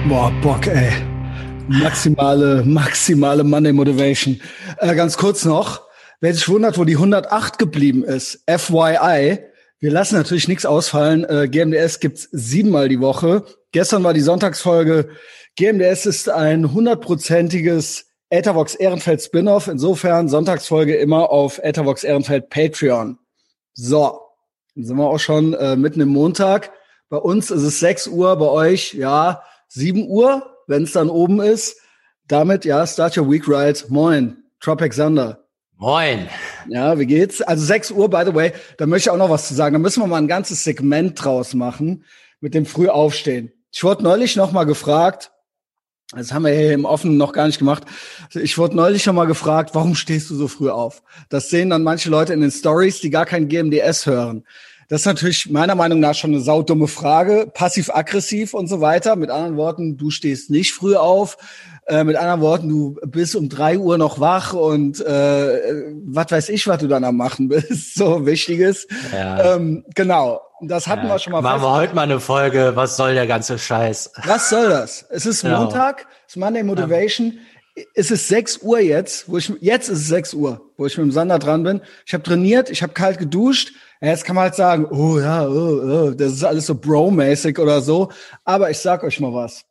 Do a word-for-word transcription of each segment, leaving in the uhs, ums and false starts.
Boah, Bock, ey. Maximale, maximale Monday Motivation. Äh, ganz kurz noch, wer sich wundert, wo die hundertacht geblieben ist, F Y I, wir lassen natürlich nichts ausfallen. Äh, G M D S gibt's siebenmal die Woche. Gestern war die Sonntagsfolge. G M D S ist ein hundertprozentiges Ethervox Ehrenfeld Spin-off. Insofern Sonntagsfolge immer auf Ethervox Ehrenfeld Patreon. So, dann sind wir auch schon äh, mitten im Montag. Bei uns ist es sechs Uhr, bei euch, ja, sieben Uhr, wenn es dann oben ist. Damit, ja, start your week right. Moin, Tropic Sander. Moin. Ja, wie geht's? Also sechs Uhr, by the way, da möchte ich auch noch was zu sagen. Da müssen wir mal ein ganzes Segment draus machen mit dem Frühaufstehen. Ich wurde neulich noch mal gefragt, das haben wir hier im Offenen noch gar nicht gemacht, ich wurde neulich noch mal gefragt, warum stehst du so früh auf? Das sehen dann manche Leute in den Stories, die gar kein G M D S hören. Das ist natürlich meiner Meinung nach schon eine saudumme Frage, passiv-aggressiv und so weiter. Mit anderen Worten, du stehst nicht früh auf. Äh, mit anderen Worten, du bist um drei Uhr noch wach und äh, was weiß ich, was du dann am Machen bist. So Wichtiges. Ja. Ähm, genau, das hatten ja, wir schon mal. Machen wir heute mal eine Folge, was soll der ganze Scheiß? Was soll das? Es ist genau. Montag, es ist Monday Motivation. Ja. Es ist sechs Uhr jetzt, wo ich jetzt ist es sechs Uhr, wo ich mit dem Sander dran bin. Ich habe trainiert, ich habe kalt geduscht. Ja, jetzt kann man halt sagen, oh ja, oh, oh, das ist alles so bro-mäßig oder so. Aber ich sag euch mal was.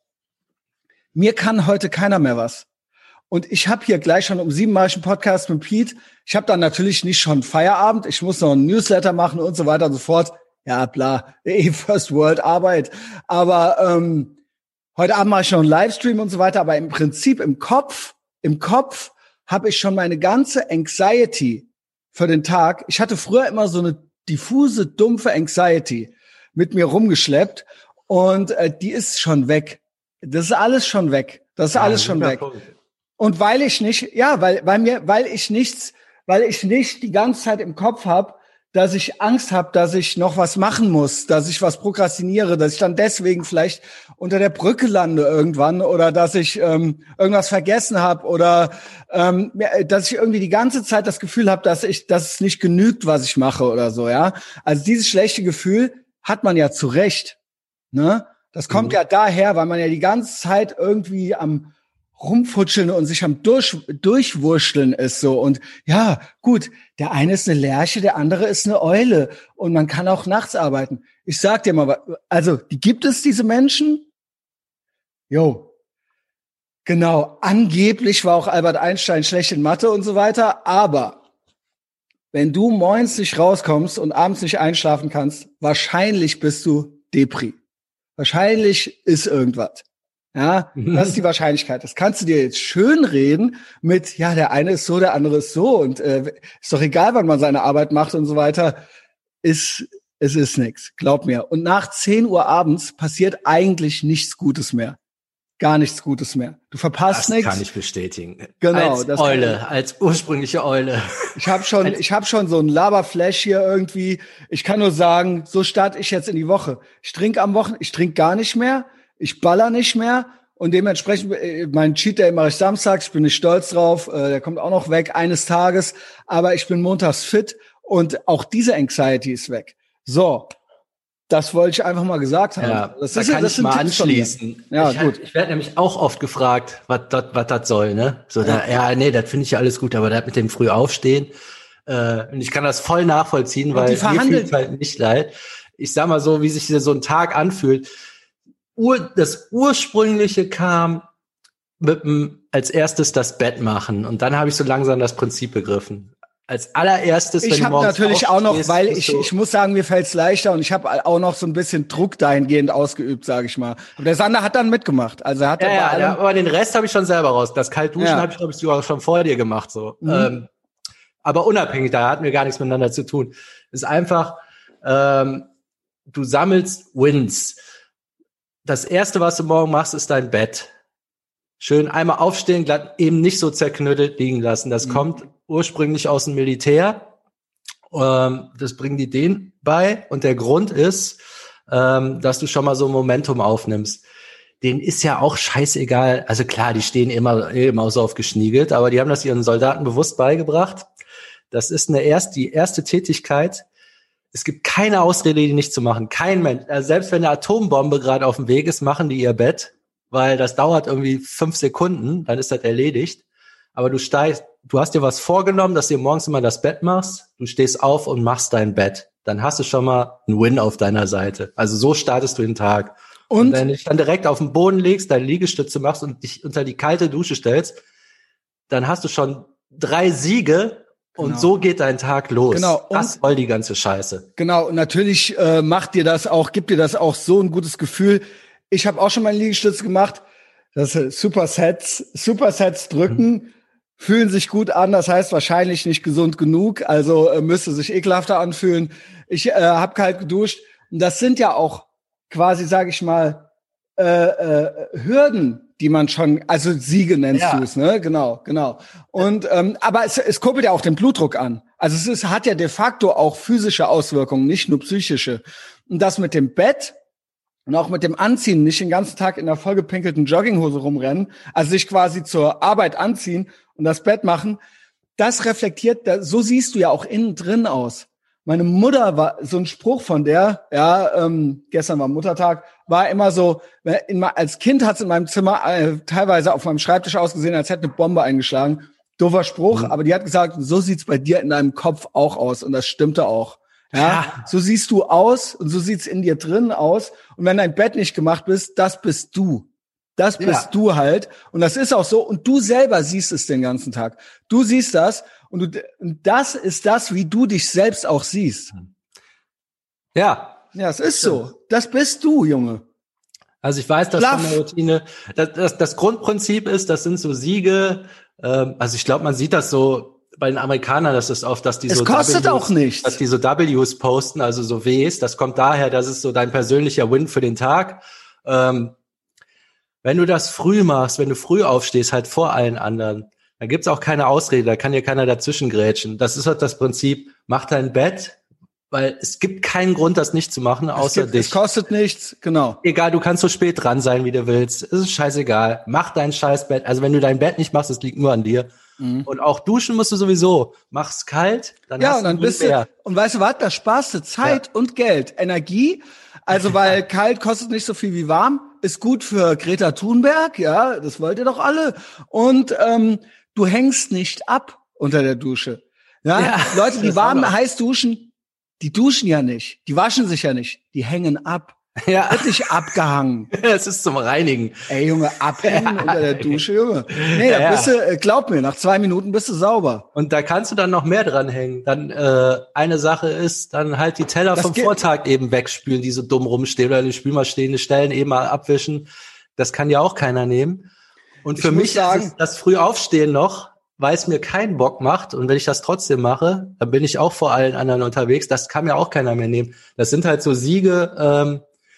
Mir kann heute keiner mehr was. Und ich habe hier gleich schon um sieben Mal einen Podcast mit Pete. Ich habe dann natürlich nicht schon Feierabend. Ich muss noch ein Newsletter machen und so weiter und so fort. Ja, bla, eh First World Arbeit. Aber ähm, heute Abend mache ich noch einen Livestream und so weiter. Aber im Prinzip im Kopf, im Kopf habe ich schon meine ganze Anxiety für den Tag. Ich hatte früher immer so eine diffuse, dumpfe Anxiety mit mir rumgeschleppt und äh, die ist schon weg. Das ist alles schon weg. Das ist ja, alles schon weg. Punkt. Und weil ich nicht, ja, weil weil mir, weil ich nichts, weil ich nicht die ganze Zeit im Kopf habe, dass ich Angst habe, dass ich noch was machen muss, dass ich was prokrastiniere, dass ich dann deswegen vielleicht unter der Brücke lande irgendwann oder dass ich ähm, irgendwas vergessen habe oder ähm, dass ich irgendwie die ganze Zeit das Gefühl habe, dass ich, dass es nicht genügt, was ich mache oder so, ja. Also dieses schlechte Gefühl hat man ja zu Recht, ne? Das kommt mhm. ja daher, weil man ja die ganze Zeit irgendwie am rumfutscheln und sich am durch, durchwurschteln ist so. Und ja, gut, der eine ist eine Lerche, der andere ist eine Eule. Und man kann auch nachts arbeiten. Ich sag dir mal, also, die gibt es, diese Menschen? Jo. Genau. Angeblich war auch Albert Einstein schlecht in Mathe und so weiter. Aber wenn du morgens nicht rauskommst und abends nicht einschlafen kannst, wahrscheinlich bist du Depri. Wahrscheinlich ist irgendwas. Ja, das ist die Wahrscheinlichkeit. Das kannst du dir jetzt schön reden mit, ja, der eine ist so, der andere ist so und äh, ist doch egal, wann man seine Arbeit macht und so weiter. Ist, es ist nichts, glaub mir. Und nach zehn Uhr abends passiert eigentlich nichts Gutes mehr. Gar nichts Gutes mehr. Du verpasst nichts. Das kann ich bestätigen. Genau. Als das Eule, kann, als ursprüngliche Eule. Ich habe schon, ich habe schon so ein Laberflash hier irgendwie. Ich kann nur sagen, so starte ich jetzt in die Woche. Ich trinke am Wochenende, ich trinke gar nicht mehr. Ich baller nicht mehr und dementsprechend, mein Cheat Day mache ich samstags, ich bin nicht stolz drauf, äh, der kommt auch noch weg eines Tages, aber ich bin montags fit und auch diese Anxiety ist weg. So, das wollte ich einfach mal gesagt haben. Ja, das da ist, kann das ich mal anschließen. Ja, ich, gut. Ich werde nämlich auch oft gefragt, was das was das soll, ne? So, da, ja, ja nee, das finde ich ja alles gut, aber das mit dem früh aufstehen, äh, und ich kann das voll nachvollziehen, und weil mir fühlt's halt nicht leid. Ich sag mal so, wie sich so ein Tag anfühlt. Ur, das ursprüngliche kam mit dem, als erstes das Bett machen und dann habe ich so langsam das Prinzip begriffen. Als allererstes, wenn ich habe natürlich auch noch, weil ich so ich muss sagen, mir fällt's leichter und ich habe auch noch so ein bisschen Druck dahingehend ausgeübt, sage ich mal. Aber der Sander hat dann mitgemacht, also er hat ja, bei ja, allem, ja, aber den Rest habe ich schon selber raus. Das Kaltduschen ja. habe ich glaube ich sogar schon vor dir gemacht so. Mhm. Ähm, aber unabhängig, da hatten wir gar nichts miteinander zu tun. Ist einfach, ähm, du sammelst Wins. Das erste, was du morgen machst, ist dein Bett. Schön einmal aufstehen, glatt eben nicht so zerknüttelt liegen lassen. Das mhm. kommt ursprünglich aus dem Militär. Ähm, das bringen die denen bei. Und der Grund ist, ähm, dass du schon mal so ein Momentum aufnimmst. Denen ist ja auch scheißegal. Also klar, die stehen immer, immer so auf geschniegelt, aber die haben das ihren Soldaten bewusst beigebracht. Das ist eine erst, die erste Tätigkeit. Es gibt keine Ausrede, die nicht zu machen. Kein Mensch. Also selbst wenn eine Atombombe gerade auf dem Weg ist, machen die ihr Bett weil das dauert irgendwie fünf Sekunden, dann ist das erledigt. Aber du steigst, du hast dir was vorgenommen, dass du morgens immer das Bett machst, du stehst auf und machst dein Bett. Dann hast du schon mal einen Win auf deiner Seite. Also so startest du den Tag. Und, und wenn du dich dann direkt auf den Boden legst, deine Liegestütze machst und dich unter die kalte Dusche stellst, dann hast du schon drei Siege und genau. So geht dein Tag los. Genau. Und das soll die ganze Scheiße. Genau, und natürlich äh, macht dir das auch, gibt dir das auch so ein gutes Gefühl. Ich habe auch schon meine Liegestütze gemacht. Das ist Supersets, Supersets drücken. Mhm. Fühlen sich gut an, das heißt wahrscheinlich nicht gesund genug, also äh, müsste sich ekelhafter anfühlen. Ich äh, habe kalt geduscht und das sind ja auch quasi, sage ich mal, äh, äh, Hürden, die man schon, also Siege nennst ja. du es, ne? Genau, genau. Und ähm, aber es, es kurbelt ja auch den Blutdruck an. Also es ist, hat ja de facto auch physische Auswirkungen, nicht nur psychische. Und das mit dem Bett und auch mit dem Anziehen, nicht den ganzen Tag in der vollgepinkelten Jogginghose rumrennen, also sich quasi zur Arbeit anziehen und das Bett machen, das reflektiert, so siehst du ja auch innen drin aus. Meine Mutter war, so ein Spruch von der, ja, ähm, gestern war Muttertag, war immer so, in, als Kind hat es in meinem Zimmer äh, teilweise auf meinem Schreibtisch ausgesehen, als hätte eine Bombe eingeschlagen. Doofer Spruch, mhm. aber die hat gesagt, so sieht's bei dir in deinem Kopf auch aus und das stimmte auch. Ja, ja. So siehst du aus und so sieht's in dir drin aus und wenn dein Bett nicht gemacht bist, das bist du. Das bist ja. du halt. Und das ist auch so. Und du selber siehst es den ganzen Tag. Du siehst das. Und, du, und das ist das, wie du dich selbst auch siehst. Ja. Ja, es ist so. Das bist du, Junge. Also ich weiß, dass von der Routine, das, das, das Grundprinzip ist, das sind so Siege. Ähm, also ich glaube, man sieht das so bei den Amerikanern, dass es oft, dass die es so kostet Ws, auch nichts. dass die so Ws posten, also so Ws. Das kommt daher, das ist so dein persönlicher Win für den Tag. Ähm, Wenn du das früh machst, wenn du früh aufstehst, halt vor allen anderen, dann gibt's auch keine Ausrede, da kann dir keiner dazwischen grätschen. Das ist halt das Prinzip, mach dein Bett, weil es gibt keinen Grund, das nicht zu machen, außer es gibt, dich. Es kostet nichts, genau. Egal, du kannst so spät dran sein, wie du willst. Es ist scheißegal. Mach dein scheiß Bett. Also wenn du dein Bett nicht machst, es liegt nur an dir. Mhm. Und auch duschen musst du sowieso. Mach's kalt, dann ja, hast und dann du bist du, und weißt du was, da sparst du Zeit ja. und Geld, Energie. Also, weil kalt kostet nicht so viel wie warm, ist gut für Greta Thunberg, ja, das wollt ihr doch alle. Und ähm, du hängst nicht ab unter der Dusche. Ja, ja Leute, die warm heiß duschen, die duschen ja nicht, die waschen sich ja nicht, die hängen ab. Ja. Wird nicht abgehangen. Es ist zum Reinigen. Ey, Junge, abhängen ja. unter der Dusche, Junge. Nee, ja, da bist du, glaub mir, nach zwei Minuten bist du sauber. Und da kannst du dann noch mehr dranhängen. Dann äh, eine Sache ist, dann halt die Teller das vom Vortag eben wegspülen, die so dumm rumstehen oder die spülmaschine Stellen eben mal abwischen. Das kann ja auch keiner nehmen. Und für mich sagen, ist es das Frühaufstehen noch, weil es mir keinen Bock macht. Und wenn ich das trotzdem mache, dann bin ich auch vor allen anderen unterwegs. Das kann mir auch keiner mehr nehmen. Das sind halt so Siege, ähm,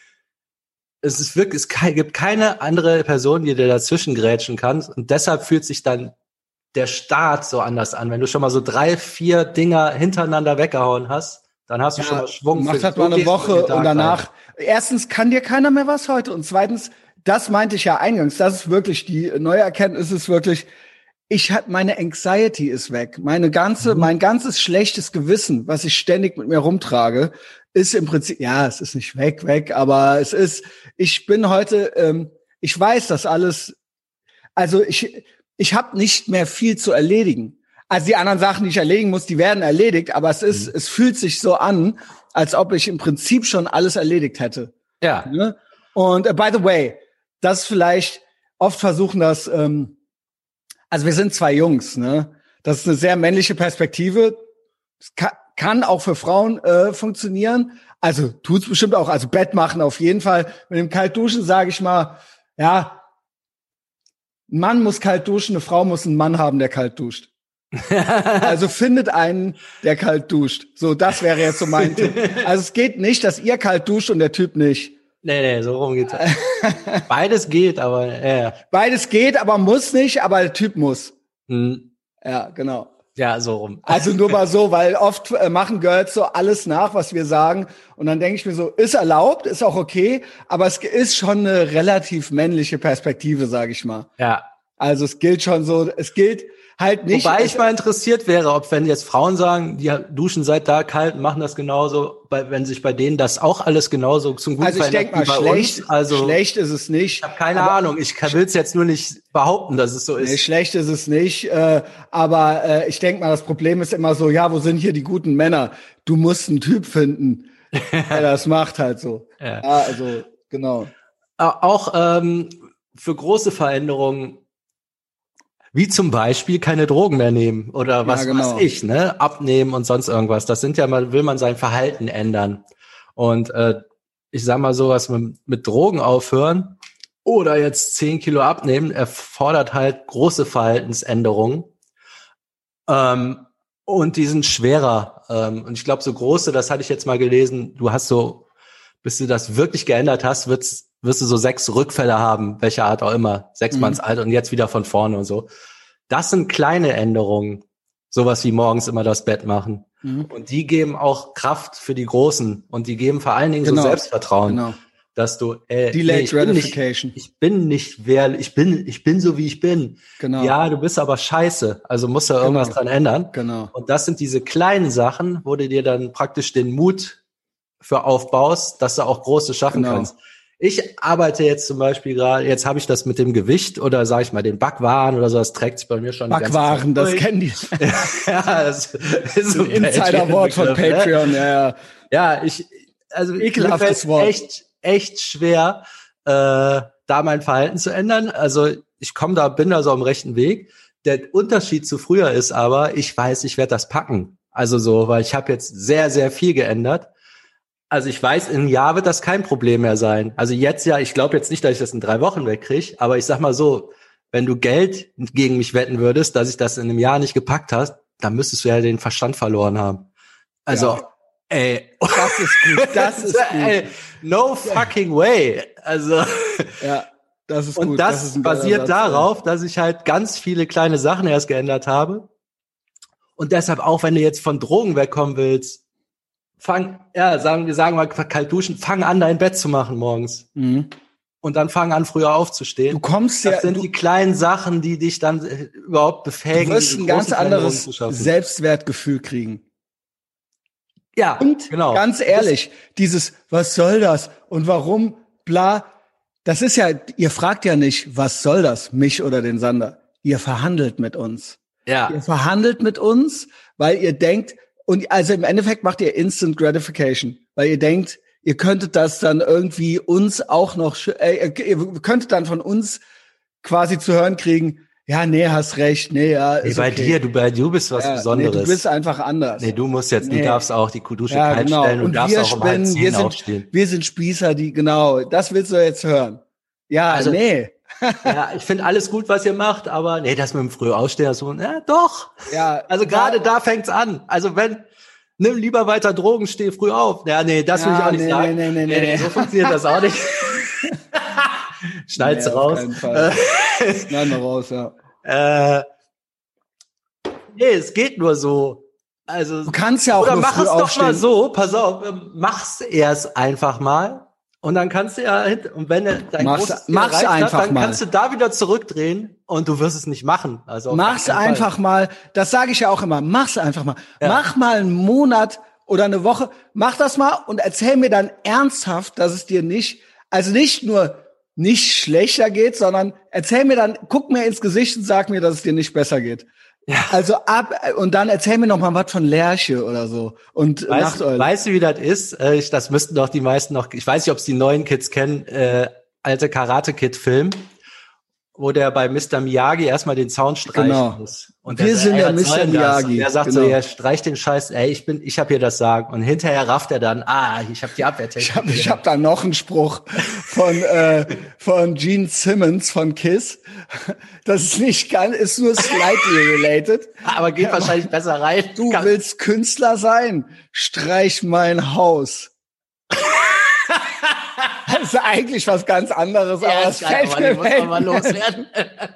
Es ist wirklich, es gibt keine andere Person, die dir dazwischen grätschen kann. Und deshalb fühlt sich dann der Start so anders an. Wenn du schon mal so drei, vier Dinger hintereinander weggehauen hast, dann hast du ja, schon mal Schwung. Machst halt mal eine Woche und danach. Rein. Erstens kann dir keiner mehr was heute. Und zweitens, das meinte ich ja eingangs, das ist wirklich die neue Erkenntnis ist wirklich, ich hab, meine Anxiety ist weg. Meine ganze, mhm. mein ganzes schlechtes Gewissen, was ich ständig mit mir rumtrage, ist im Prinzip, ja, es ist nicht weg, weg, aber es ist, ich bin heute, ähm, ich weiß das alles, also ich, ich habe nicht mehr viel zu erledigen. Also die anderen Sachen, die ich erledigen muss, die werden erledigt, aber es ist, mhm. es fühlt sich so an, als ob ich im Prinzip schon alles erledigt hätte. Ja. Ne? Und uh, by the way, das vielleicht, oft versuchen das, ähm, also wir sind zwei Jungs, ne? Das ist eine sehr männliche Perspektive. Das kann, kann auch für Frauen äh, funktionieren. Also tut's bestimmt auch. Also Bett machen auf jeden Fall. Mit dem kalt duschen sage ich mal, ja, ein Mann muss kalt duschen, eine Frau muss einen Mann haben, der kalt duscht. Also findet einen, der kalt duscht. So, das wäre jetzt so mein Tipp. Also es geht nicht, dass ihr kalt duscht und der Typ nicht. Nee, nee, so rum geht's. Beides geht, aber ja. Beides geht, aber muss nicht, aber der Typ muss. Hm. Ja, genau. Ja, so rum. Also nur mal so, weil oft äh, machen Girls so alles nach, was wir sagen. Und dann denke ich mir so, ist erlaubt, ist auch okay, aber es ist schon eine relativ männliche Perspektive, sage ich mal. Ja. Also es gilt schon so, es gilt, halt nicht. Wobei ich mal interessiert wäre, ob wenn jetzt Frauen sagen, die duschen seit da kalt, machen das genauso, bei, wenn sich bei denen das auch alles genauso zum Guten also ich verändert denke mal, wie bei schlecht, uns. Also schlecht ist es nicht. ich habe keine Ahnung. Ich will es jetzt nur nicht behaupten, dass es so ist. Nee, schlecht ist es nicht. Äh, aber äh, ich denke mal, das Problem ist immer so, ja, wo sind hier die guten Männer? Du musst einen Typ finden, der das macht halt so. Ja. Ja, also genau. Auch ähm, für große Veränderungen, wie zum Beispiel keine Drogen mehr nehmen oder was Ja, genau. weiß ich, ne, abnehmen und sonst irgendwas. Das sind ja mal, will man sein Verhalten ändern. Und äh, ich sag mal sowas mit, mit Drogen aufhören oder jetzt zehn Kilo abnehmen, erfordert halt große Verhaltensänderungen. Ähm, und die sind schwerer. Ähm, und ich glaube, so große, das hatte ich jetzt mal gelesen, du hast so, bis du das wirklich geändert hast, wird's wirst du so sechs Rückfälle haben, welcher Art auch immer, sechs Mal ins Alter und jetzt wieder von vorne und so. Das sind kleine Änderungen, sowas wie morgens immer das Bett machen. Mhm. Und die geben auch Kraft für die Großen und die geben vor allen Dingen genau. so Selbstvertrauen, genau. dass du, äh, Delayed nee, ich bin Gratification. Nicht, ich bin nicht wer, ich bin, ich bin so wie ich bin. Genau. Ja, du bist aber scheiße, also musst du irgendwas genau. dran ändern. Genau. Und das sind diese kleinen Sachen, wo du dir dann praktisch den Mut für aufbaust, dass du auch Große schaffen genau. kannst. Ich arbeite jetzt zum Beispiel gerade, jetzt habe ich das mit dem Gewicht oder sage ich mal den Backwaren oder so, das trägt sich bei mir schon. Backwaren, das kennen die. Ja, das ist so ein Insider-Wort von Patreon. Ne? Ja, ja. ja, ich, also ekelhaftes Wort. Echt, echt schwer, äh, da mein Verhalten zu ändern. Also ich komme da, bin da so am rechten Weg. Der Unterschied zu früher ist aber, ich weiß, ich werde das packen. Also so, weil ich habe jetzt sehr, sehr viel geändert. Also ich weiß, in einem Jahr wird das kein Problem mehr sein. Also jetzt ja, ich glaube jetzt nicht, dass ich das in drei Wochen wegkriege, aber ich sag mal so, wenn du Geld gegen mich wetten würdest, dass ich das in einem Jahr nicht gepackt hast, dann müsstest du ja den Verstand verloren haben. Also, ja. ey. Das ist gut, das ist gut. Ey, no fucking way. Also. Ja, das ist und gut. Und das, das basiert darauf, dass ich halt ganz viele kleine Sachen erst geändert habe. Und deshalb auch, wenn du jetzt von Drogen wegkommen willst, fang, ja, sagen wir sagen mal kalt duschen, fang an, dein Bett zu machen morgens. Mhm. Und dann fang an, früher aufzustehen. Du kommst das ja. Das sind du, die kleinen Sachen, die dich dann äh, überhaupt befähigen. Du wirst ein ganz anderes Selbstwertgefühl kriegen. Ja, und genau. Ganz ehrlich, dieses, was soll das? Und warum? Bla. Das ist ja, ihr fragt ja nicht, was soll das? Mich oder den Sander. Ihr verhandelt mit uns. Ja. Ihr verhandelt mit uns, weil ihr denkt, und also im Endeffekt macht ihr Instant Gratification, weil ihr denkt, ihr könntet das dann irgendwie uns auch noch, äh, ihr könntet dann von uns quasi zu hören kriegen, ja, nee, hast recht, nee, ja, ist nee, bei okay. dir, du bei du bist was ja, Besonderes. Nee, du bist einfach anders. Nee, du musst jetzt, nee. du darfst auch die Dusche ja, kalt genau. stellen und, und darfst auch um halb zehn wir sind, aufstehen. Wir sind Spießer, die, genau, das willst du jetzt hören. Ja, also, nee. Ja, ich finde alles gut, was ihr macht, aber nee, das mit dem früh Aufstehen, so, ja, doch. Ja, also gerade da fängt's an. Also wenn, nimm lieber weiter Drogen, steh früh auf. Ja, nee, das ja, will ich auch nicht nee, sagen. Nee, nee, nee, nee, nee. So funktioniert das auch nicht. Schneid's nee, raus. Schneiden wir raus, ja. Äh, nee, es geht nur so. Also, du kannst ja auch oder nur mach früh es aufstehen. doch mal so, pass auf, mach's erst einfach mal. Und dann kannst du ja, und wenn du dein mach's, großes mach's einfach hat, dann mal. kannst du da wieder zurückdrehen und du wirst es nicht machen. Also mach's einfach mal. Das sage ich ja auch immer. Mach's einfach mal. Ja. Mach mal einen Monat oder eine Woche. Mach das mal und erzähl mir dann ernsthaft, dass es dir nicht, also nicht nur nicht schlechter geht, sondern erzähl mir dann, guck mir ins Gesicht und sag mir, dass es dir nicht besser geht. Ja. Also ab, und dann erzähl mir noch mal was von Lerche oder so. Und weißt, weißt du, wie das ist? Äh, ich, das müssten doch die meisten noch, ich weiß nicht, ob es die neuen Kids kennen, äh, alte Karate-Kid-Film, wo der bei Mister Miyagi erstmal den Zaun streichen genau. muss. Und wir der sind sagt, der Mister Miyagi. Der sagt genau. so, ja, streich den Scheiß, ey, ich bin, ich hab hier das Sagen. Und hinterher rafft er dann, ah, ich hab die Abwehrtechnik. Ich hab, ich hab da noch einen Spruch von, äh, von Gene Simmons von Kiss. Das ist nicht ganz, ist nur slightly related. Aber geht ja, wahrscheinlich besser rein. Du Kann. willst Künstler sein? Streich mein Haus. Das ist eigentlich was ganz anderes, ja, aber es fällt geil, mir muss man mal loswerden.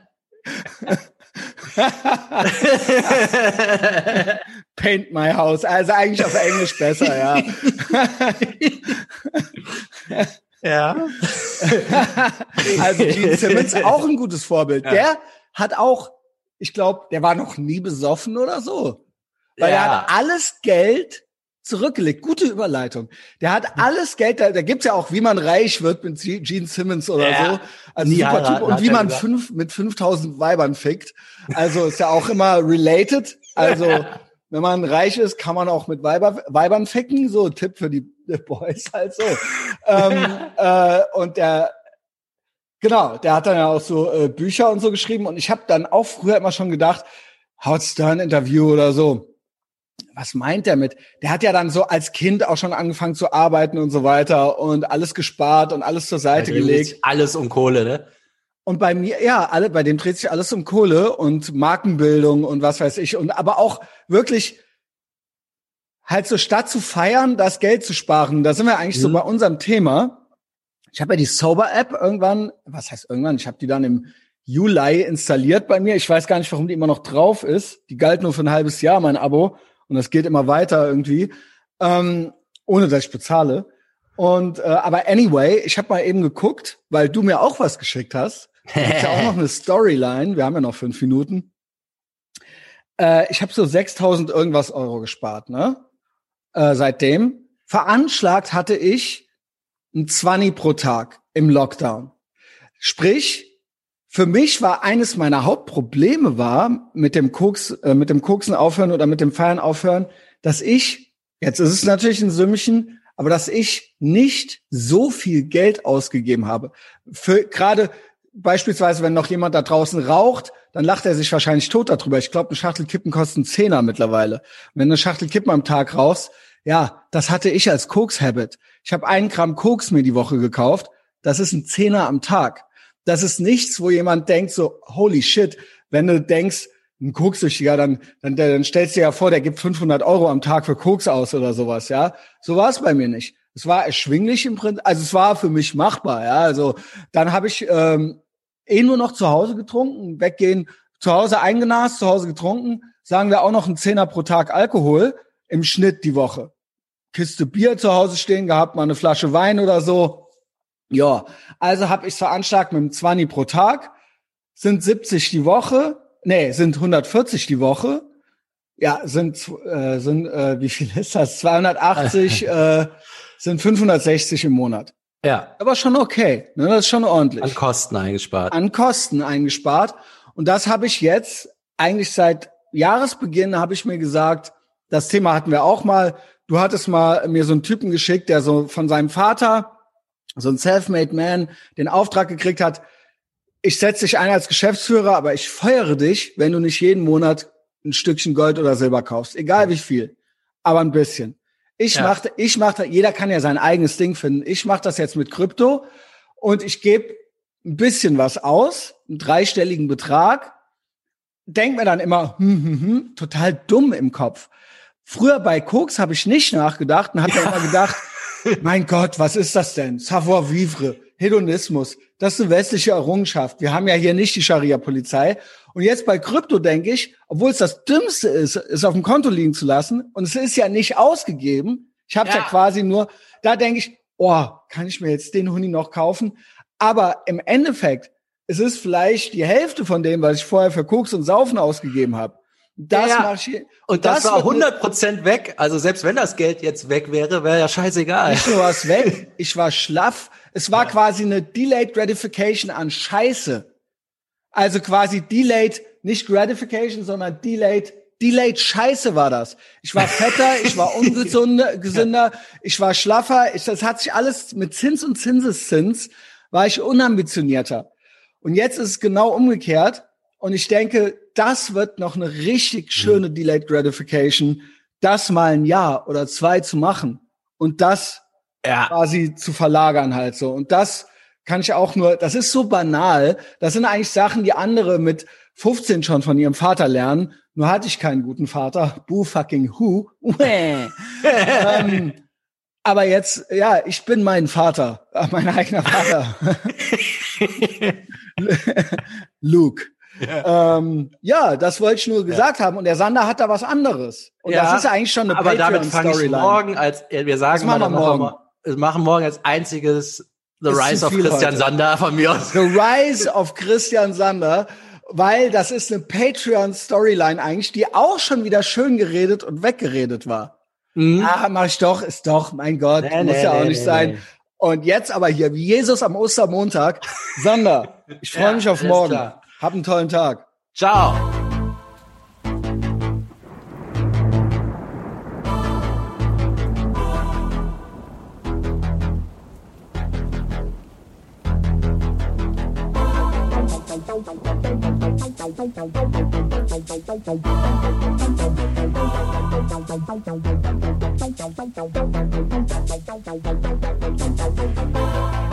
Paint my house. Also eigentlich auf Englisch besser, ja. Ja. Also Gene Simmons, auch ein gutes Vorbild. Ja. Der hat auch ich glaube, der war noch nie besoffen oder so. Weil Ja. er hat alles Geld zurückgelegt. Gute Überleitung. Der hat alles Geld, da, da gibt's ja auch, wie man reich wird mit Gene Simmons oder Ja. so. Also Nie super heiraten, Typ. Und hat wie er man gesagt. fünf, mit fünftausend Weibern fickt. Also ist ja auch immer related. Also wenn man reich ist, kann man auch mit Weiber, Weibern ficken. So Tipp für die, die Boys halt so. ähm, äh, und der, genau, der hat dann ja auch so äh, Bücher und so geschrieben. Und ich habe dann auch früher immer schon gedacht, Howard Stern Interview oder so. Was meint der mit? Der hat ja dann so als Kind auch schon angefangen zu arbeiten und so weiter und alles gespart und alles zur Seite Bei dem gelegt. ist alles um Kohle, ne? Und bei mir, ja, alle, bei dem dreht sich alles um Kohle und Markenbildung und was weiß ich. Und aber auch wirklich halt so statt zu feiern, das Geld zu sparen. Da sind wir eigentlich Mhm. so bei unserem Thema. Ich habe ja die Sober-App irgendwann, was heißt irgendwann? Ich habe die dann im Juli installiert bei mir. Ich weiß gar nicht, warum die immer noch drauf ist. Die galt nur für ein halbes Jahr, mein Abo. Und das geht immer weiter irgendwie, ähm, ohne dass ich bezahle. Und äh, aber anyway, ich habe mal eben geguckt, weil du mir auch was geschickt hast. Da gibt's ja auch noch eine Storyline. Wir haben ja noch fünf Minuten. Äh, ich habe so sechstausend irgendwas Euro gespart, ne? Äh, seitdem. Veranschlagt hatte ich ein zwanzig pro Tag im Lockdown. Sprich, für mich war eines meiner Hauptprobleme war mit dem Koks, äh, mit dem Koksen aufhören oder mit dem Feiern aufhören, dass ich, jetzt ist es natürlich ein Sümmchen, aber dass ich nicht so viel Geld ausgegeben habe. Für gerade beispielsweise, wenn noch jemand da draußen raucht, dann lacht er sich wahrscheinlich tot darüber. Ich glaube, eine Schachtel Kippen kostet einen Zehner mittlerweile. Und wenn du eine Schachtel Kippen am Tag rauchst, ja, das hatte ich als Koks-Habit. Ich habe einen Gramm Koks mir die Woche gekauft. Das ist ein Zehner am Tag. Das ist nichts, wo jemand denkt so, holy shit, wenn du denkst, ein Kokssüchtiger, dann, dann, dann stellst du dir ja vor, der gibt fünfhundert Euro am Tag für Koks aus oder sowas, ja. So war es bei mir nicht. Es war erschwinglich im Prinzip, also es war für mich machbar, ja. Also dann habe ich ähm, eh nur noch zu Hause getrunken, weggehen, zu Hause eingenast, zu Hause getrunken, sagen wir auch noch einen Zehner pro Tag Alkohol im Schnitt die Woche. Kiste Bier zu Hause stehen gehabt, mal eine Flasche Wein oder so. Ja, also habe ich veranschlagt mit dem zwanzig pro Tag, sind siebzig die Woche, nee, sind hundertvierzig die Woche. Ja, sind, äh, sind äh, wie viel ist das? zweihundertachtzig, äh, sind fünfhundertsechzig im Monat. Ja. Aber schon okay, ne? Das ist schon ordentlich. An Kosten eingespart. An Kosten eingespart. Und das habe ich jetzt eigentlich seit Jahresbeginn habe ich mir gesagt, das Thema hatten wir auch mal. Du hattest mal mir so einen Typen geschickt, der so von seinem Vater, so ein self-made man, den Auftrag gekriegt hat, ich setze dich ein als Geschäftsführer, aber ich feuere dich, wenn du nicht jeden Monat ein Stückchen Gold oder Silber kaufst. Egal wie viel, aber ein bisschen. Ich Ja. mache, ich mache, jeder kann ja sein eigenes Ding finden. Ich mache das jetzt mit Krypto und ich gebe ein bisschen was aus, einen dreistelligen Betrag, denk mir dann immer, hm, hm, hm, total dumm im Kopf. Früher bei Koks habe ich nicht nachgedacht und habe ja. immer gedacht, mein Gott, was ist das denn? Savoir vivre, Hedonismus, das ist eine westliche Errungenschaft. Wir haben ja hier nicht die Scharia-Polizei. Und jetzt bei Krypto denke ich, obwohl es das Dümmste ist, es auf dem Konto liegen zu lassen, und es ist ja nicht ausgegeben, ich habe es ja. ja quasi nur, da denke ich, oh, kann ich mir jetzt den Huni noch kaufen? Aber im Endeffekt, es ist vielleicht die Hälfte von dem, was ich vorher für Koks und Saufen ausgegeben habe. Das ja, mache ich hier. Und das, das war hundert Prozent weg. Also selbst wenn das Geld jetzt weg wäre, wäre ja scheißegal. Nicht nur was weg, ich war schlaff. Es war ja. quasi eine Delayed Gratification an Scheiße. Also quasi Delayed, nicht Gratification, sondern Delayed, Delayed Scheiße war das. Ich war fetter, ich war ungesünder, gesünder, ich war schlaffer. Ich, das hat sich alles mit Zins und Zinseszins, war ich unambitionierter. Und jetzt ist es genau umgekehrt. Und ich denke, das wird noch eine richtig schöne Delayed Gratification, das mal ein Jahr oder zwei zu machen und das ja. quasi zu verlagern halt so. Und das kann ich auch nur, das ist so banal. Das sind eigentlich Sachen, die andere mit fünfzehn schon von ihrem Vater lernen. Nur hatte ich keinen guten Vater. Boo fucking who. ähm, aber jetzt, ja, ich bin mein Vater, mein eigener Vater. Luke. Ja. Ähm, ja, das wollte ich nur gesagt ja. haben. Und der Sander hat da was anderes. Und ja, das ist eigentlich schon eine aber damit fange ich morgen als, wir sagen mal, wir morgen. Machen wir machen morgen als einziges The ist Rise of Christian heute. Sander von mir aus. The Rise of Christian Sander. weil das ist eine Patreon-Storyline eigentlich, die auch schon wieder schön geredet und weggeredet war. Mhm. Ah, mach ich doch, ist doch, mein Gott, nee, muss nee, ja auch nee, nicht nee, sein. Nee. Und jetzt aber hier, wie Jesus am Ostermontag. Sander, ich freue ja, mich auf morgen. Klar. Hab einen tollen Tag. Ciao. Thank you.